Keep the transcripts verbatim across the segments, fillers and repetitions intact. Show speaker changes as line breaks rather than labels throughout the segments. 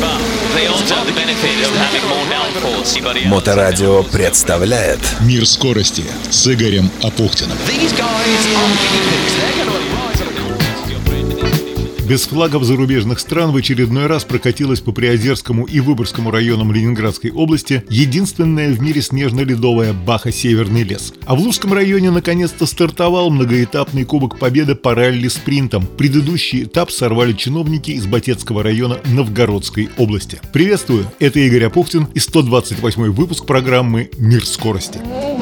Моторадио представляет
«Мир скорости» с Игорем Апухтиным.
Без флагов зарубежных стран в очередной раз прокатилась по Приозерскому и Выборгскому районам Ленинградской области единственная в мире снежно-ледовая Баха-Северный лес. А в Лужском районе наконец-то стартовал многоэтапный Кубок Победы по ралли-спринтам. Предыдущий этап сорвали чиновники из Батецкого района Новгородской области. Приветствую, это Игорь Апухтин и сто двадцать восьмой выпуск программы «Мир скорости».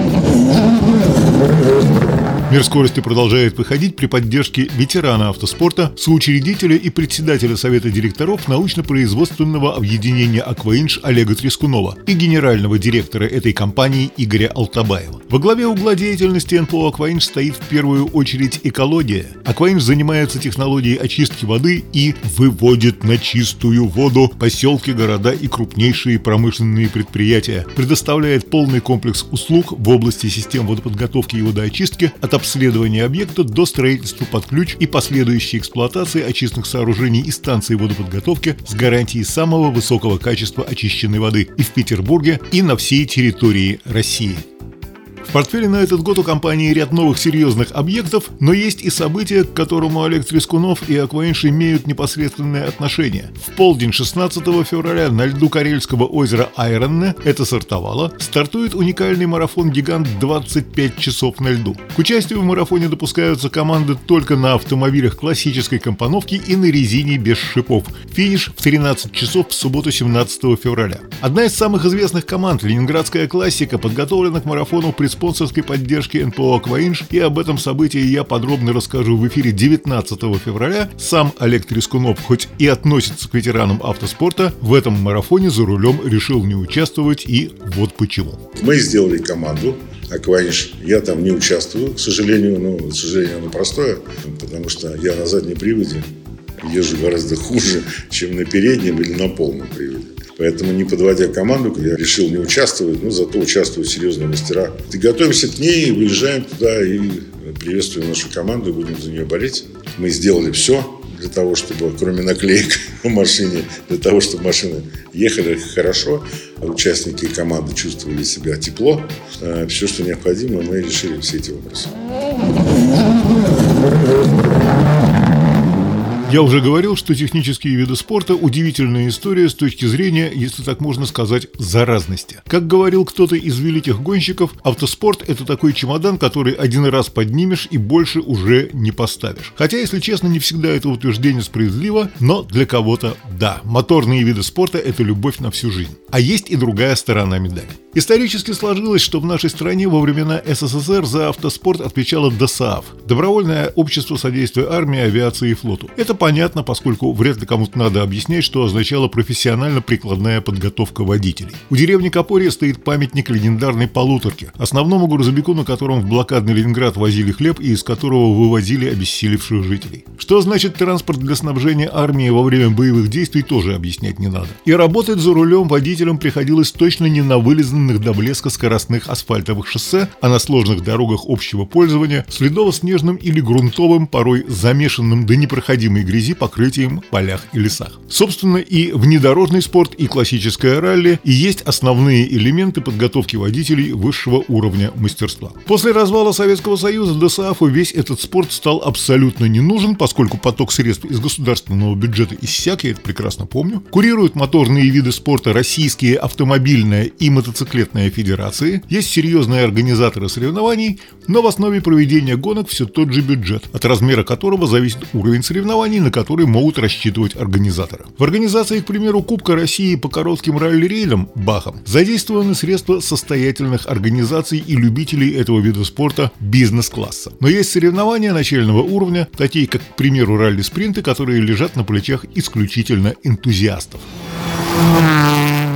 «Мир скорости» продолжает выходить при поддержке ветерана автоспорта, соучредителя и председателя Совета директоров научно-производственного объединения «Акваинж» Олега Трескунова и генерального директора этой компании Игоря Алтабаева. Во главе угла деятельности эн пэ о «Акваинж» стоит в первую очередь экология. «Акваинж» занимается технологией очистки воды и выводит на чистую воду поселки, города и крупнейшие промышленные предприятия, предоставляет полный комплекс услуг в области систем водоподготовки и водоочистки от обследования объекта до строительства под ключ и последующей эксплуатации очистных сооружений и станций водоподготовки с гарантией самого высокого качества очищенной воды и в Петербурге, и на всей территории России. В портфеле на этот год у компании ряд новых серьезных объектов, но есть и события, к которому Олег Трескунов и «Акваинж» имеют непосредственное отношение. В полдень шестнадцатого февраля на льду Карельского озера Айронне, это стартовало, стартует уникальный марафон «Гигант двадцать пять часов на льду». К участию в марафоне допускаются команды только на автомобилях классической компоновки и на резине без шипов. Финиш в тринадцать часов в субботу семнадцатого февраля. Одна из самых известных команд, ленинградская классика, подготовлена к марафону при спонсорской поддержки эн пэ о «Акваинж», и об этом событии я подробно расскажу в эфире девятнадцатого февраля. Сам Олег Трескунов, хоть и относится к ветеранам автоспорта, в этом марафоне за рулем решил не участвовать, и вот почему.
Мы сделали команду «Акваинж». Я там не участвую, к сожалению, но, к сожалению, оно простое, потому что я на заднем приводе езжу гораздо хуже, чем на переднем или на полном приводе. Поэтому, не подводя команду, я решил не участвовать, но зато участвуют серьезные мастера. И готовимся к ней, выезжаем туда и приветствуем нашу команду, будем за нее болеть. Мы сделали все для того, чтобы, кроме наклеек в машине, для того, чтобы машины ехали хорошо, а участники команды чувствовали себя тепло. Все, что необходимо, мы решили все эти вопросы.
Я уже говорил, что технические виды спорта – удивительная история с точки зрения, если так можно сказать, заразности. Как говорил кто-то из великих гонщиков, автоспорт – это такой чемодан, который один раз поднимешь и больше уже не поставишь. Хотя, если честно, не всегда это утверждение справедливо, но для кого-то да. Моторные виды спорта – это любовь на всю жизнь. А есть и другая сторона медали. Исторически сложилось, что в нашей стране во времена эс эс эс эр за автоспорт отвечало дэ эс а эф – Добровольное общество содействия армии, авиации и флоту. Это понятно, поскольку вряд ли кому-то надо объяснять, что означала профессионально-прикладная подготовка водителей. У деревни Копорье стоит памятник легендарной полуторке, основному грузовику, на котором в блокадный Ленинград возили хлеб и из которого вывозили обессилевших жителей. Что значит транспорт для снабжения армии во время боевых действий, тоже объяснять не надо. И работать за рулем водителям приходилось точно не на вылизанных до блеска скоростных асфальтовых шоссе, а на сложных дорогах общего пользования с ледово-снежным или грунтовым, порой замешанным до непроходимой грязи покрытием, полях и лесах. Собственно, и внедорожный спорт, и классическое ралли и есть основные элементы подготовки водителей высшего уровня мастерства. После развала Советского Союза дэ эс а эфу весь этот спорт стал абсолютно не нужен, поскольку поток средств из государственного бюджета иссяк, я это прекрасно помню. Курируют моторные виды спорта российские автомобильная и мотоциклетная федерации, есть серьезные организаторы соревнований, но в основе проведения гонок все тот же бюджет, от размера которого зависит уровень соревнований, на которые могут рассчитывать организаторы. В организации, к примеру, Кубка России по коротким ралли-рейдам «Бахам» задействованы средства состоятельных организаций и любителей этого вида спорта бизнес-класса. Но есть соревнования начального уровня, такие как, к примеру, ралли-спринты, которые лежат на плечах исключительно энтузиастов.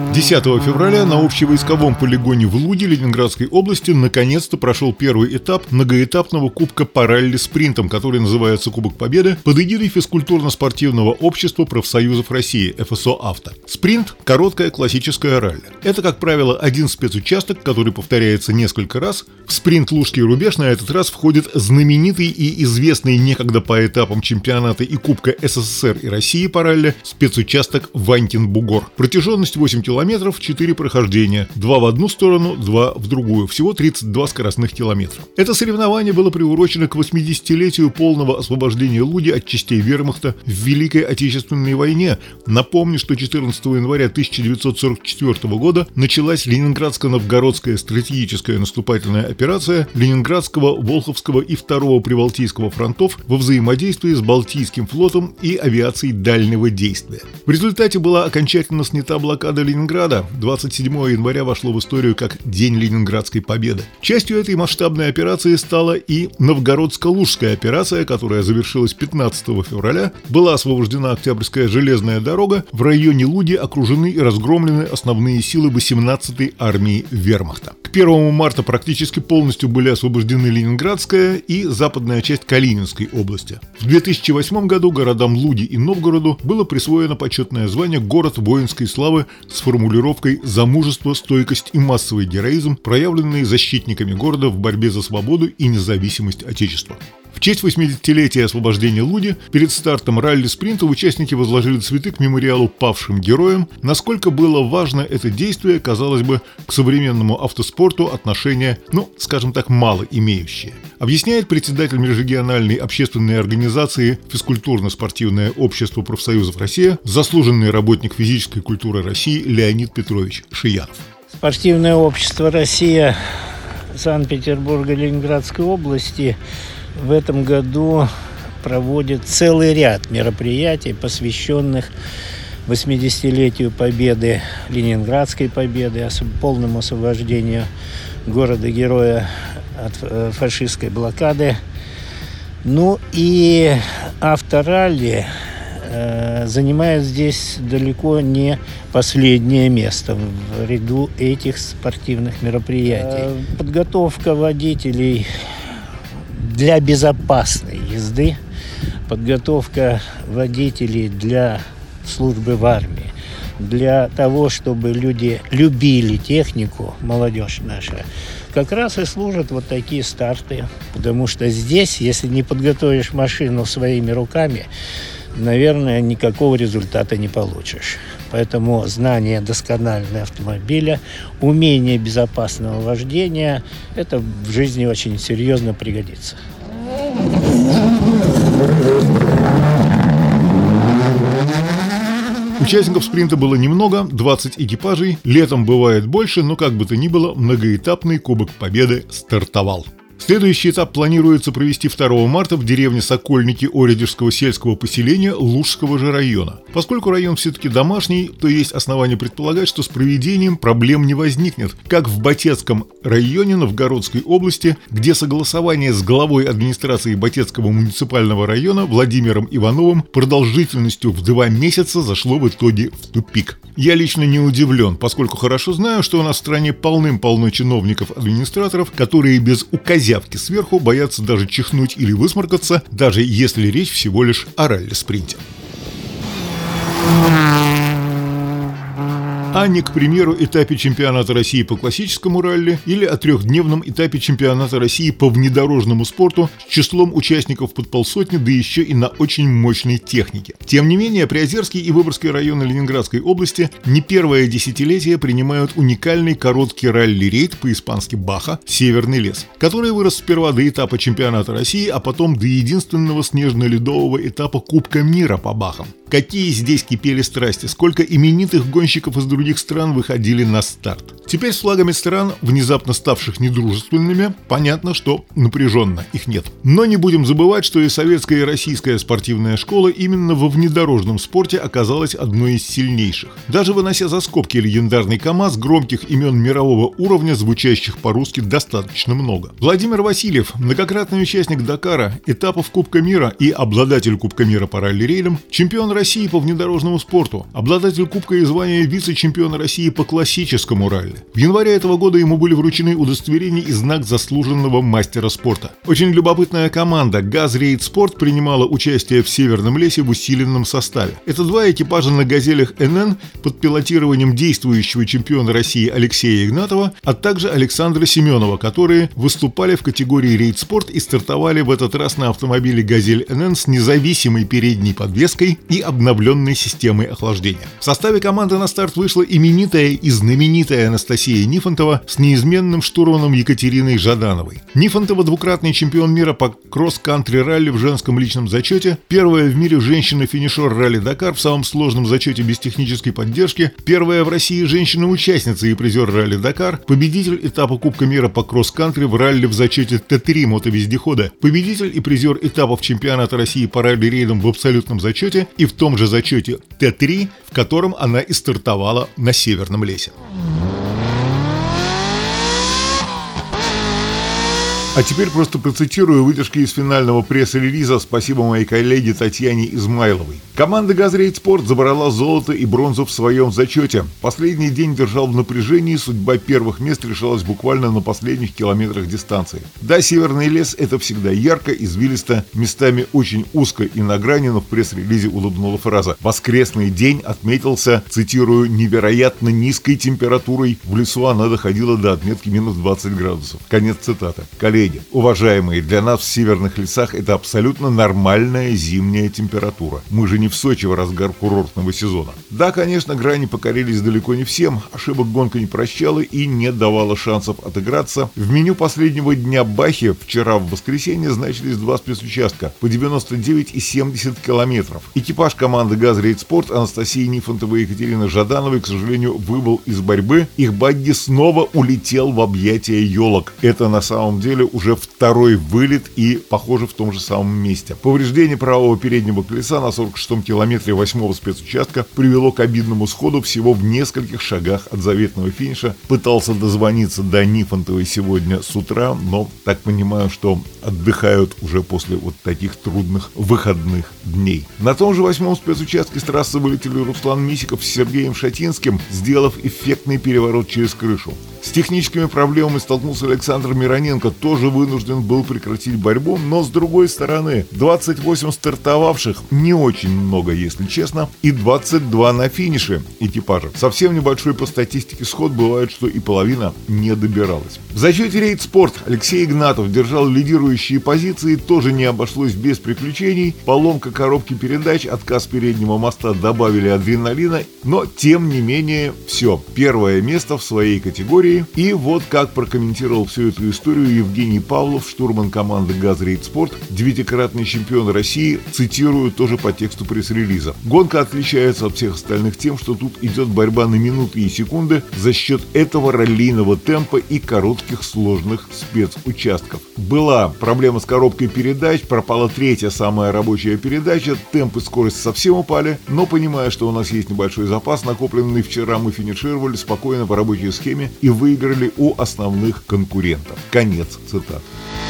десятого февраля на общевойсковом полигоне в Луде Ленинградской области наконец-то прошел первый этап многоэтапного кубка по ралли-спринтам, который называется Кубок Победы, под эгидой физкультурно-спортивного общества профсоюзов России эф эс о «Авто». Спринт – короткое классическое ралли. Это, как правило, один спецучасток, который повторяется несколько раз. В спринт «Лужский рубеж» на этот раз входит знаменитый и известный некогда по этапам чемпионата и Кубка эс эс эс эр и России по ралли спецучасток Ванькин бугор. Протяженность восемь километров, четыре прохождения. два в одну сторону, два в другую. Всего тридцать два скоростных километра. Это соревнование было приурочено к восьмидесятилетию полного освобождения Луди от частей вермахта в Великой Отечественной войне. Напомню, что четырнадцатого января тысяча девятьсот сорок четвёртого года началась Ленинградско-Новгородская стратегическая наступательная операция Ленинградского, Волховского и Второго Прибалтийского фронтов во взаимодействии с Балтийским флотом и авиацией дальнего действия. В результате была окончательно снята блокада Ленинграда. двадцать седьмого января вошло в историю как День Ленинградской победы. Частью этой масштабной операции стала и Новгородско-Лужская операция, которая завершилась пятнадцатого февраля. Была освобождена Октябрьская железная дорога. В районе Луди окружены и разгромлены основные силы восемнадцатой армии вермахта. К первому марта практически полностью были освобождены Ленинградская и западная часть Калининской области. В две тысячи восьмом году городам Луди и Новгороду было присвоено почетное звание «Город воинской славы» с формулировкой «За мужество, стойкость и массовый героизм, проявленные защитниками города в борьбе за свободу и независимость Отечества». В честь восьмидесятилетия освобождения Луди перед стартом ралли-спринта участники возложили цветы к мемориалу павшим героям. Насколько было важно это действие, казалось бы, к современному автоспорту отношение, ну, скажем так, мало имеющее. Объясняет председатель межрегиональной общественной организации «Физкультурно-спортивное общество профсоюзов России», заслуженный работник физической культуры России Леонид Петрович Шиянов.
Спортивное общество «Россия» Санкт-Петербурга, Ленинградской области в этом году проводит целый ряд мероприятий, посвященных восьмидесятилетию победы, Ленинградской победы, полному освобождению города-героя от фашистской блокады. Ну и авторалли э, занимает здесь далеко не последнее место в ряду этих спортивных мероприятий. Подготовка водителей для безопасной езды, подготовка водителей для службы в армии, для того, чтобы люди любили технику, молодежь наша, как раз и служат вот такие старты. Потому что здесь, если не подготовишь машину своими руками, наверное, никакого результата не получишь. Поэтому знание досконального автомобиля, умение безопасного вождения – это в жизни очень серьезно пригодится.
Участников спринта было немного, двадцать экипажей. Летом бывает больше, но как бы то ни было, многоэтапный Кубок Победы стартовал. Следующий этап планируется провести второго марта в деревне Сокольники Оридежского сельского поселения Лужского же района. Поскольку район все-таки домашний, то есть основания предполагать, что с проведением проблем не возникнет, как в Батецком районе Новгородской области, где согласование с главой администрации Батецкого муниципального района Владимиром Ивановым продолжительностью в два месяца зашло в итоге в тупик. Я лично не удивлен, поскольку хорошо знаю, что у нас в стране полным-полно чиновников-администраторов, которые без указявки сверху боятся даже чихнуть или высморкаться, даже если речь всего лишь о ралли-спринте. А не, к примеру, этапе чемпионата России по классическому ралли или о трехдневном этапе чемпионата России по внедорожному спорту с числом участников под полсотни, да еще и на очень мощной технике. Тем не менее, Приозерский и Выборгский районы Ленинградской области не первое десятилетие принимают уникальный короткий ралли-рейд, по-испански Баха, «Северный лес», который вырос сперва до этапа чемпионата России, а потом до единственного снежно-ледового этапа Кубка мира по Бахам. Какие здесь кипели страсти, сколько именитых гонщиков из других стран выходили на старт. Теперь с флагами стран, внезапно ставших недружественными, понятно, что напряженно их нет. Но не будем забывать, что и советская, и российская спортивная школа именно во внедорожном спорте оказалась одной из сильнейших. Даже вынося за скобки легендарный КАМАЗ, громких имен мирового уровня, звучащих по-русски, достаточно много. Владимир Васильев, многократный участник Дакара, этапов Кубка мира и обладатель Кубка мира по ралли-рейдам, чемпион России по внедорожному спорту, обладатель Кубка и звания вице-чемпиона чемпиона России по классическому ралли. В январе этого года ему были вручены удостоверение и знак заслуженного мастера спорта. Очень любопытная команда «ГАЗ Рейд Спорт» принимала участие в Северном лесе в усиленном составе. Это два экипажа на «Газелях эн эн» под пилотированием действующего чемпиона России Алексея Игнатова, а также Александра Семенова, которые выступали в категории «Рейд Спорт» и стартовали в этот раз на автомобиле «Газель эн эн» с независимой передней подвеской и обновленной системой охлаждения. В составе команды на старт вышла именитая и знаменитая Анастасия Нифонтова с неизменным штурманом Екатериной Жадановой. Нифонтова — двукратный чемпион мира по кросс-кантри ралли в женском личном зачете, первая в мире женщина-финишер ралли-Дакар в самом сложном зачете без технической поддержки, первая в России женщина-участница и призер ралли-Дакар, победитель этапа Кубка мира по кросс-кантри в ралли в зачете тэ три мотовездехода, победитель и призер этапов чемпионата России по ралли-рейдам в абсолютном зачете и в том же зачете тэ три, в котором она и стартовала на Северном лесе. А теперь просто процитирую выдержки из финального пресс-релиза «Спасибо моей коллеге Татьяне Измайловой». Команда «ГАЗ Рейд Спорт» забрала золото и бронзу в своем зачете. Последний день держал в напряжении, судьба первых мест решалась буквально на последних километрах дистанции. Да, Северный лес — это всегда ярко, извилисто, местами очень узко и на грани, но в пресс-релизе улыбнула фраза: «Воскресный день отметился, цитирую, невероятно низкой температурой. В лесу она доходила до отметки минус двадцать градусов». Конец цитаты. Коллеги, уважаемые, для нас в северных лесах это абсолютно нормальная зимняя температура. Мы же не в Сочи в разгар курортного сезона. Да, конечно, грани покорились далеко не всем, ошибок гонка не прощала и не давала шансов отыграться. В меню последнего дня Бахи вчера в воскресенье значились два спецучастка по девяносто девять и семьдесят километров. Экипаж команды «ГАЗ Рейд Спорт» Анастасии Нифонтовой и Екатерины Жадановой, к сожалению, выбыл из борьбы. Их багги снова улетел в объятия елок. Это на самом деле уже второй вылет и, похоже, в том же самом месте. Повреждение правого переднего колеса на сорок шестом километре восьмого спецучастка привело к обидному сходу всего в нескольких шагах от заветного финиша. Пытался дозвониться до Нифонтовой сегодня с утра, но так понимаю, что отдыхают уже после вот таких трудных выходных дней. На том же восьмом спецучастке с трассы вылетели Руслан Мисиков с Сергеем Шатинским, сделав эффектный переворот через крышу. С техническими проблемами столкнулся Александр Мироненко, тоже вынужден был прекратить борьбу, но с другой стороны, двадцать восемь стартовавших, не очень много, если честно, и двадцать два на финише экипажа. Совсем небольшой по статистике сход, бывает, что и половина не добиралась. В зачете Рейд Спорт Алексей Игнатов держал лидирующие позиции, тоже не обошлось без приключений. Поломка коробки передач, отказ переднего моста добавили адреналина, но тем не менее все. Первое место в своей категории. И вот как прокомментировал всю эту историю Евгений Павлов, штурман команды «ГАЗ Рейд Спорт», девятикратный чемпион России, цитирую тоже по тексту пресс-релиза. Гонка отличается от всех остальных тем, что тут идет борьба на минуты и секунды за счет этого раллийного темпа и коротких сложных спецучастков. Была проблема с коробкой передач, пропала третья самая рабочая передача, темп и скорость совсем упали, но понимая, что у нас есть небольшой запас, накопленный вчера, мы финишировали спокойно по рабочей схеме и выиграли у основных конкурентов. Конец цитаты.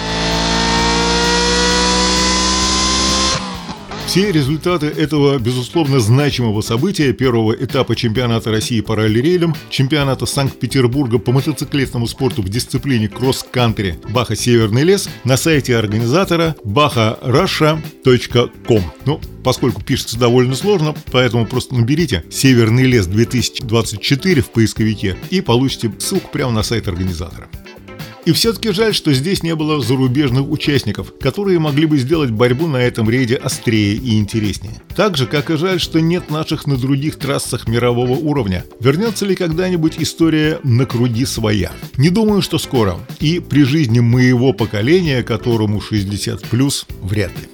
Все результаты этого, безусловно, значимого события, первого этапа чемпионата России по ралли-рейдам, чемпионата Санкт-Петербурга по мотоциклетному спорту в дисциплине кросс-кантри Баха Северный лес на сайте организатора баха раша точка ком. Ну, поскольку пишется довольно сложно, поэтому просто наберите «Северный лес две тысячи двадцать четыре» в поисковике и получите ссылку прямо на сайт организатора. И все-таки жаль, что здесь не было зарубежных участников, которые могли бы сделать борьбу на этом рейде острее и интереснее. Так же, как и жаль, что нет наших на других трассах мирового уровня. Вернется ли когда-нибудь история «На круги своя»? Не думаю, что скоро. И при жизни моего поколения, которому шестьдесят плюс, вряд ли.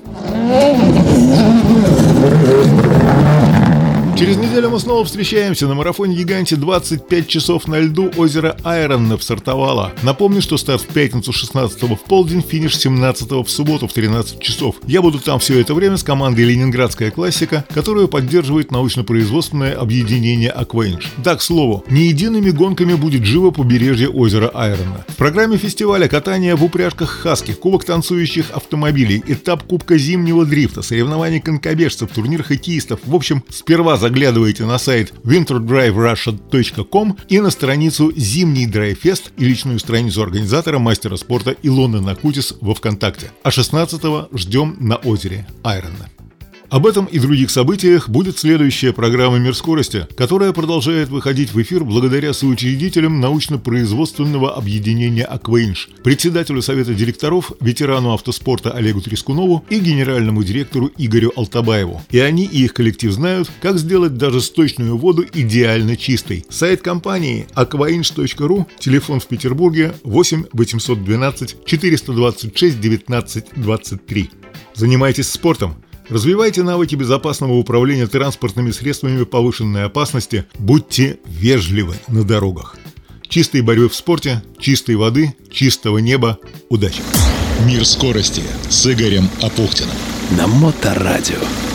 Через неделю мы снова встречаемся на марафоне-гиганте двадцать пять часов на льду. Озеро Айроннеф стартовало. Напомню, что старт в пятницу шестнадцатого в полдень, финиш семнадцатого в субботу в тринадцать часов. Я буду там все это время с командой «Ленинградская классика», которую поддерживает научно-производственное объединение «Аквейндж». Да, к слову, не едиными гонками будет живо побережье озера Айронна. В программе фестиваля катание в упряжках «Хаски», кубок танцующих автомобилей, этап Кубка зимнего дрифта, соревнования конькобежцев, турнир хоккеистов. В общем, сперва за заглядывайте на сайт winter drive russia точка com и на страницу «Зимний драйв-фест» и личную страницу организатора, мастера спорта Илоны Накутис во ВКонтакте. А шестнадцатого ждем на озере Айронне. Об этом и других событиях будет следующая программа «Мир скорости», которая продолжает выходить в эфир благодаря соучредителям научно-производственного объединения «Акваинж», председателю совета директоров, ветерану автоспорта Олегу Трескунову и генеральному директору Игорю Алтабаеву. И они, и их коллектив знают, как сделать даже сточную воду идеально чистой. Сайт компании акваинж точка ру, телефон в Петербурге восемь восемьсот двенадцать четыреста двадцать шесть девятнадцать двадцать три. Занимайтесь спортом. Развивайте навыки безопасного управления транспортными средствами повышенной опасности, будьте вежливы на дорогах. Чистой борьбы в спорте, чистой воды, чистого неба. Удачи!
Мир скорости с Игорем Апухтиным.
На Моторадио.